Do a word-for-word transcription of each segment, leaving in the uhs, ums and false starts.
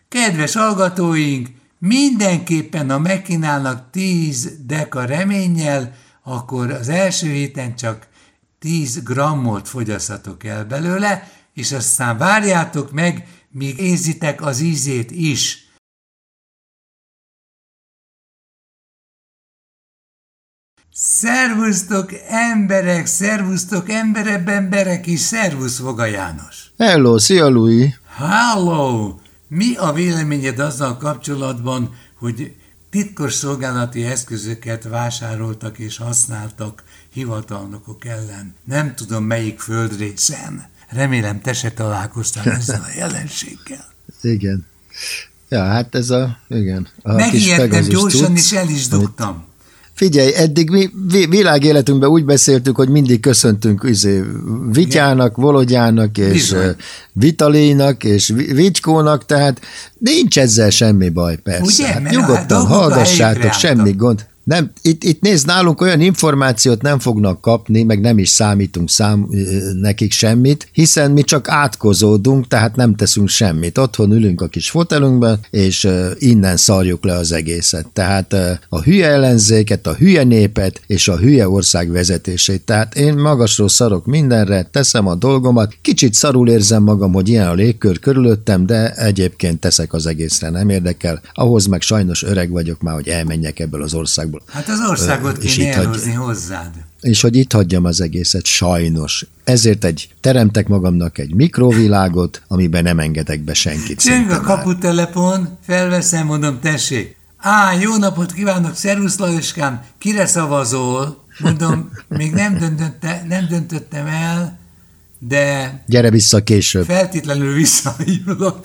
Kedves hallgatóink, mindenképpen ha megkínálnak tíz deka reménnyel, akkor az első héten csak tíz grammot fogyasztatok el belőle, és aztán várjátok meg, míg érzitek az ízét is. Szervusztok emberek, szervusztok emberebb emberek is, szervusz Voga János. Hello, szia Louis. Hello! Mi a véleményed azzal kapcsolatban, hogy titkos szolgálati eszközöket vásároltak és használtak hivatalnokok ellen? Nem tudom melyik földrészen. Remélem te se találkoztál ezzel a jelenséggel. Igen. Ja, hát ez a, igen. A megijedtem gyorsan, cucc, és el is dugtam. Figyelj, eddig mi világéletünkben úgy beszéltünk, hogy mindig köszöntünk izé, Vityának, Volodjának, és Bizony. Vitalénak, és Vicskónak, tehát nincs ezzel semmi baj, persze. Ugye? Hát nyugodtan hallgassátok, semmi gond. Nem, itt, itt nézd, nálunk olyan információt nem fognak kapni, meg nem is számítunk szám, nekik semmit, hiszen mi csak átkozódunk, tehát nem teszünk semmit. Otthon ülünk a kis fotelünkben, és innen szarjuk le az egészet. Tehát a hülye ellenzéket, a hülye népet, és a hülye ország vezetését. Tehát én magasról szarok mindenre, teszem a dolgomat, kicsit szarul érzem magam, hogy ilyen a légkör körülöttem, de egyébként teszek az egészre, nem érdekel. Ahhoz meg sajnos öreg vagyok már, hogy elmenjek ebből az országból. Hát az országot kéne elhozni hozzád. És hogy itt hagyjam az egészet, sajnos. Ezért egy teremtek magamnak egy mikrovilágot, amiben nem engedek be senkit. Csöng a kaputelepon, felveszem, mondom, tessék. Á, jó napot kívánok, szervusz Lajoskám, kire szavazol? Mondom, még nem, döntötte, nem döntöttem el, de... Gyere vissza később. Feltétlenül visszahívlak.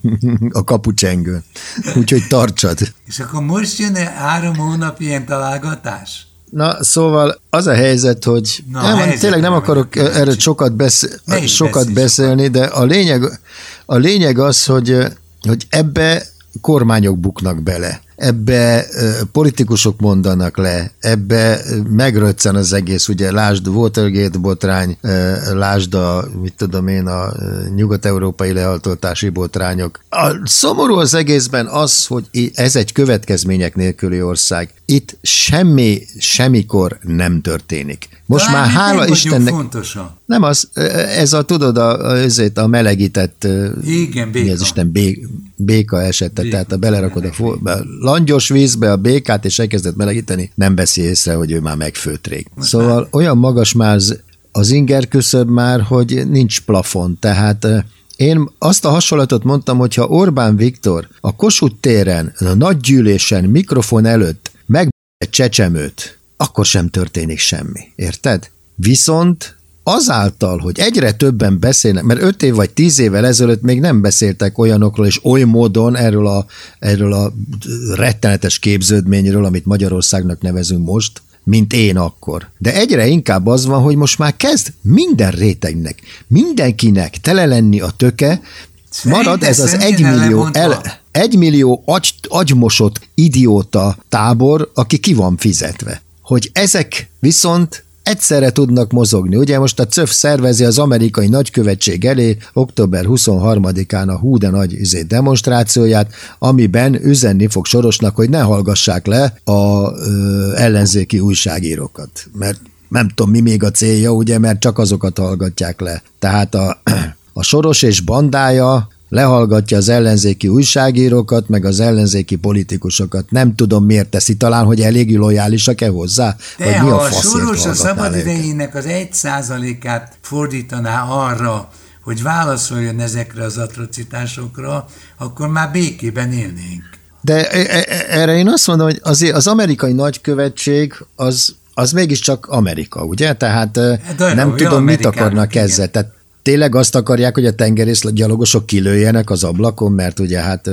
A kapucsengőn. Úgyhogy tartsad. És akkor most jön három hónap ilyen találgatás? Na, szóval az a helyzet, hogy Na, nem, helyzet tényleg nem akarok erről sokat, besz, sokat beszélni, de a lényeg, a lényeg az, hogy, hogy ebbe kormányok buknak bele. Ebbe politikusok mondanak le, ebbe megröccen az egész, ugye lásd Watergate botrány, lásd a, mit tudom én, a nyugat-európai lehaltoltási botrányok. A szomorú az egészben az, hogy ez egy következmények nélküli ország. Itt semmi, semmikor nem történik. Most Talán már hála Istennek... Fontosan. Nem az, ez a, tudod, a, a, a melegített... Igen, béka. Mi az Isten, bé, béka esete, béka, tehát a belerakod a, fo, a langyos vízbe a békát, és elkezdett melegíteni, nem veszi észre, hogy ő már megfőtt rég. Most szóval már... olyan magas már az inger küszöb már, hogy nincs plafon, tehát... Én azt a hasonlatot mondtam, hogy ha Orbán Viktor a Kossuth téren, a nagygyűlésen, mikrofon előtt meg egy csecsemőt, akkor sem történik semmi. Érted? Viszont azáltal, hogy egyre többen beszélnek, mert öt év vagy tíz évvel ezelőtt még nem beszéltek olyanokról, és oly módon erről a, erről a rettenetes képződményről, amit Magyarországnak nevezünk most, mint én akkor. De egyre inkább az van, hogy most már kezd minden rétegnek, mindenkinek tele lenni a töke, marad ez az egymillió, el, egymillió agy, agymosott idióta tábor, aki ki van fizetve. Hogy ezek viszont egyszerre tudnak mozogni. Ugye most a cé ö ef szervezi az amerikai nagykövetség elé október huszonharmadikán a hú de nagy izé demonstrációját, amiben üzenni fog Sorosnak, hogy ne hallgassák le a ö, ellenzéki újságírókat. Mert nem tudom, mi még a célja, ugye, mert csak azokat hallgatják le. Tehát a, a Soros és bandája lehallgatja az ellenzéki újságírókat, meg az ellenzéki politikusokat. Nem tudom, miért teszi, talán, hogy elég lojálisak-e hozzá? De ha a Soros a szabadidejének az egy százalékát fordítaná arra, hogy válaszoljon ezekre az atrocitásokra, akkor már békében élnénk. De erre én azt mondom, hogy azért az amerikai nagykövetség az, az mégiscsak Amerika, ugye? Tehát de nem tudom, mit akarnak ezzel. Tehát tényleg azt akarják, hogy a tengerészgyalogosok kilőjenek az ablakon, mert ugye hát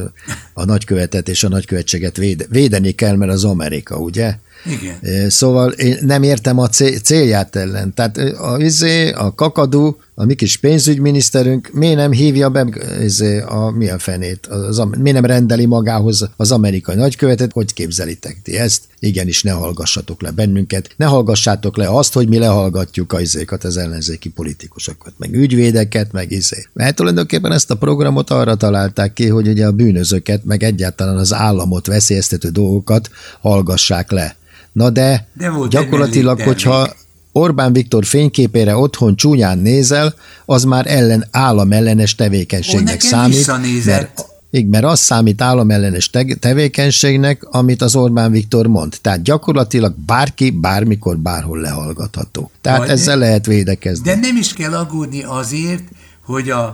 a nagykövetet és a nagykövetséget véd, védeni kell, mert az Amerika, ugye? Igen. Szóval én nem értem a célját ellen. Tehát a, a kakadu a mi kis pénzügyminiszterünk miért nem hívja be a, mi a fenét, az, miért nem rendeli magához az amerikai nagykövetet, hogy képzelitek ti ezt? Igenis, ne hallgassatok le bennünket, ne hallgassátok le azt, hogy mi lehallgatjuk a izékat, az ellenzéki politikusokat, meg ügyvédeket, meg izé. Mert tulajdonképpen ezt a programot arra találták ki, hogy ugye a bűnözőket, meg egyáltalán az államot veszélyeztető dolgokat hallgassák le. Na de, de gyakorlatilag, hogyha Orbán Viktor fényképére otthon csúnyán nézel, az már ellen, államellenes tevékenységnek Ó, számít. Mert, mert az számít államellenes tevékenységnek, amit az Orbán Viktor mond. Tehát gyakorlatilag bárki, bármikor, bárhol lehallgatható. Tehát Vagy ezzel lehet védekezni. De nem is kell aggódni azért, hogy a,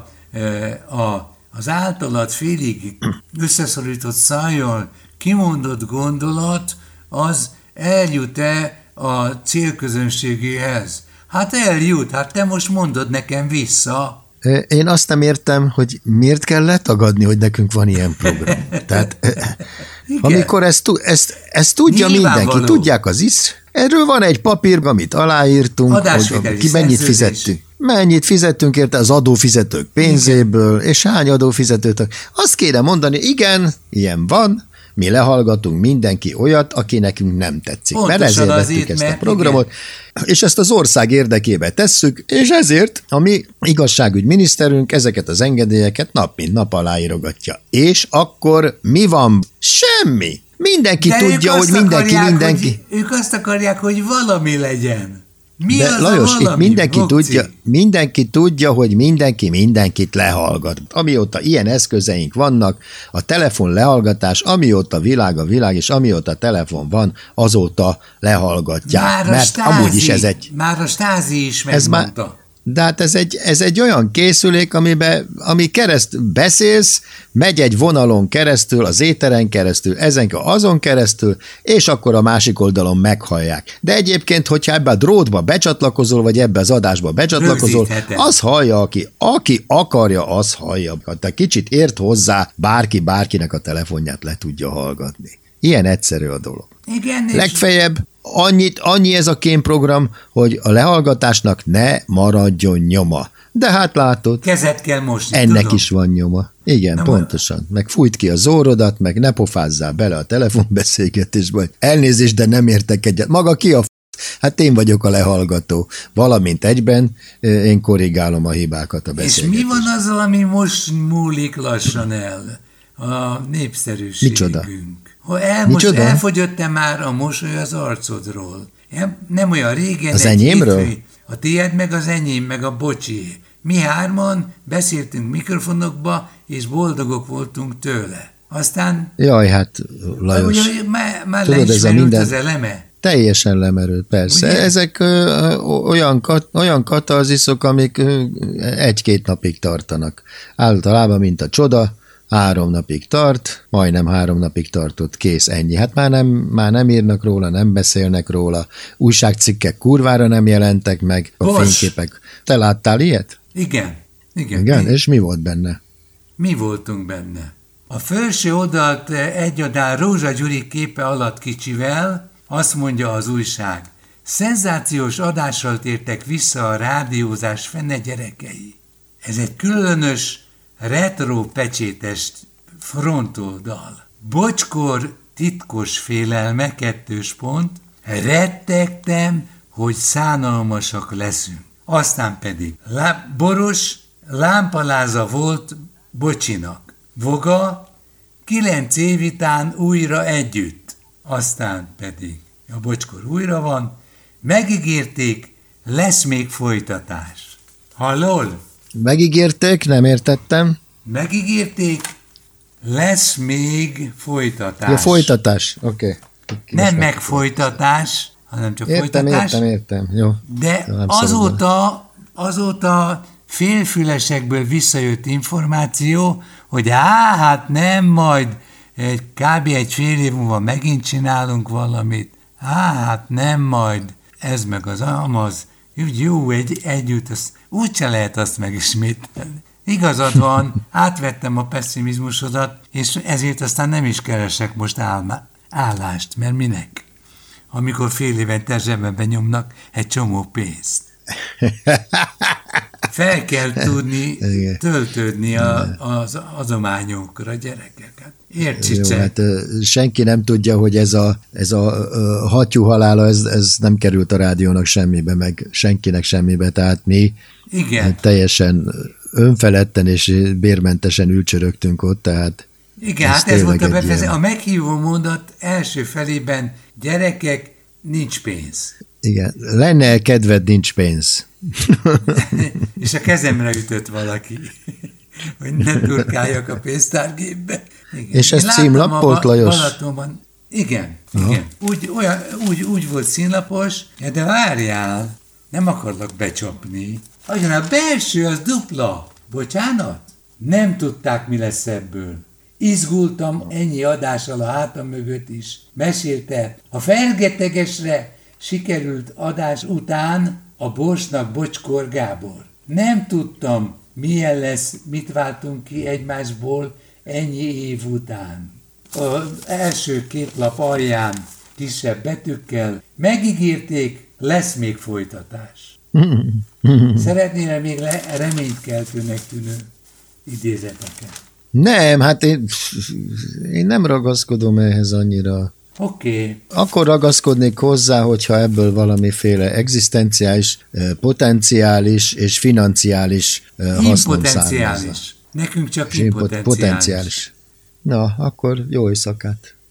a, az általad félig összeszorított szájjal kimondott gondolat, az eljut-e a célközönségéhez? Hát eljut, hát te most mondod nekem vissza. Én azt nem értem, hogy miért kell letagadni, hogy nekünk van ilyen program. Tehát amikor ezt, ezt, ezt tudja mindenki, tudják az is. Erről van egy papír, amit aláírtunk, hogy ki mennyit fizettünk. Mennyit fizettünk érte az adófizetők pénzéből, igen. És hány adófizetőtök. Azt kéne mondani, igen, ilyen van, mi lehallgatunk mindenki olyat, aki nekünk nem tetszik. Pontosan mert ezért vettük ezt a programot, igen. És ezt az ország érdekébe tesszük, és ezért a mi igazságügyminiszterünk ezeket az engedélyeket nap mint nap aláírogatja. És akkor mi van? Semmi. Mindenki De tudja, hogy mindenki, akarják, mindenki... Hogy, ők azt akarják, hogy valami legyen. Mi De az Lajos, a valami, itt mindenki tudja, mindenki tudja, hogy mindenki mindenkit lehallgat. Amióta ilyen eszközeink vannak, a telefon lehallgatás, amióta világ a világ, és amióta a telefon van, azóta lehallgatják. Már a Mert stázi, amúgy is ez egy... Már a stázi is megmondta. De hát ez egy, ez egy olyan készülék, amiben, ami keresztül beszélsz, megy egy vonalon keresztül, az éteren keresztül, ezen azon keresztül, és akkor a másik oldalon meghallják. De egyébként, hogyha ebbe a drótba becsatlakozol, vagy ebbe az adásba becsatlakozol, az hallja, aki, aki akarja, az hallja. Te kicsit ért hozzá, bárki bárkinek a telefonját le tudja hallgatni. Ilyen egyszerű a dolog. Igen, Legfeljebb annyit, annyi ez a kémprogram, hogy a lehallgatásnak ne maradjon nyoma. De hát látod, kezet kell mosni, ennek tudom. is van nyoma. Igen, Na, pontosan. Meg fújt ki a zórodat, meg ne pofázzál bele a telefonbeszélgetésbe. Elnézést, de nem értek egyet. Maga ki a f***? Hát én vagyok a lehallgató. Valamint egyben én korrigálom a hibákat a beszélgetésben. És mi van azzal, ami most múlik lassan el? A népszerűségünk. Micsoda? El, most elfogyott-e már a mosoly az arcodról? Nem olyan régen. Az enyémről? Hétfő, a tiéd meg az enyém, meg a bocsi. Mi hárman beszéltünk mikrofonokba, és boldogok voltunk tőle. Aztán... Jaj, hát Lajos. Ugye, már már Tudod, ez a minden... az eleme? Teljesen lemerült, persze. Ugye? Ezek ö, olyan, kat, olyan katarziszok, amik ö, egy-két napig tartanak. Általában, mint a csoda, három napig tart, majdnem három napig tartott, kész, ennyi. Hát már nem, már nem írnak róla, nem beszélnek róla, újságcikkek kurvára nem jelentek meg, a Bos. fényképek. Te láttál ilyet? Igen. Igen. Igen? És mi volt benne? Mi voltunk benne? A felső oldalt egyadán Rózsa Gyuri képe alatt kicsivel azt mondja az újság, szenzációs adással tértek vissza a rádiózás fene gyerekei. Ez egy különös retro pecsétes frontoldal. Bocskor titkos félelme, kettős pont, rettegtem, hogy szánalmasak leszünk. Aztán pedig lá, boros lámpaláza volt Bocsinak. Voga, kilenc év után újra együtt. Aztán pedig a Bocskor újra van, megígérték, lesz még folytatás. Hallol? Megígérték, nem értettem. Megígérték, lesz még folytatás. Ja, folytatás, oké. Okay. Nem megfolytatás, hanem csak értem, folytatás. Értem, értem, értem, jó. De azóta, azóta félfülesekből visszajött információ, hogy á, hát nem, majd egy, kb. Egy fél év múlva megint csinálunk valamit. Á, hát nem, majd ez meg az amaz. Úgy jó, egy, együtt, azt, úgyse lehet azt megismételni. Igazad van, átvettem a pessimizmusodat, és ezért aztán nem is keresek most álma, állást, mert minek? Amikor fél évente zsebembe nyomnak egy csomó pénzt. fel kell tudni töltődni a, az adományokra gyerekeket. Értsi Jó, hát senki nem tudja, hogy ez a, ez a, a hattyú halála, ez, ez nem került a rádiónak semmibe, meg senkinek semmibe, tehát mi Igen. teljesen önfeledten és bérmentesen ülcsörögtünk ott, tehát igen, ez hát ez volt a befejezés. A meghívó mondat első felében: gyerekek, nincs pénz. Igen, lenne kedved, nincs pénz. És a kezemre ütött valaki, hogy ne turkáljak a pénztárgépbe. Igen. És ez címlap volt, Lajos? Balatonban. Igen, Aha. igen. Úgy, olyan, úgy, úgy volt színlapos, de várjál, nem akarlak becsapni. Agyon, a belső az dupla. Bocsánat? Nem tudták, mi lesz ebből. Izgultam ennyi adással a hátam mögött is. Mesélte, a Fergetegesre sikerült adás után a Borsnak Bocskor Gábor. Nem tudtam, milyen lesz, mit váltunk ki egymásból ennyi év után. Az első két lap alján kisebb betűkkel megígérték, lesz még folytatás. Szeretnél még le, reménykeltőnek tűnő idézeteket? Nem, hát én, én nem ragaszkodom ehhez annyira. Oké. Okay. Akkor ragaszkodnék hozzá, hogyha ebből valamiféle egzisztenciális, potenciális és financiális hasznom származna. Nekünk csak impotenciális. Na, akkor jó éjszakát.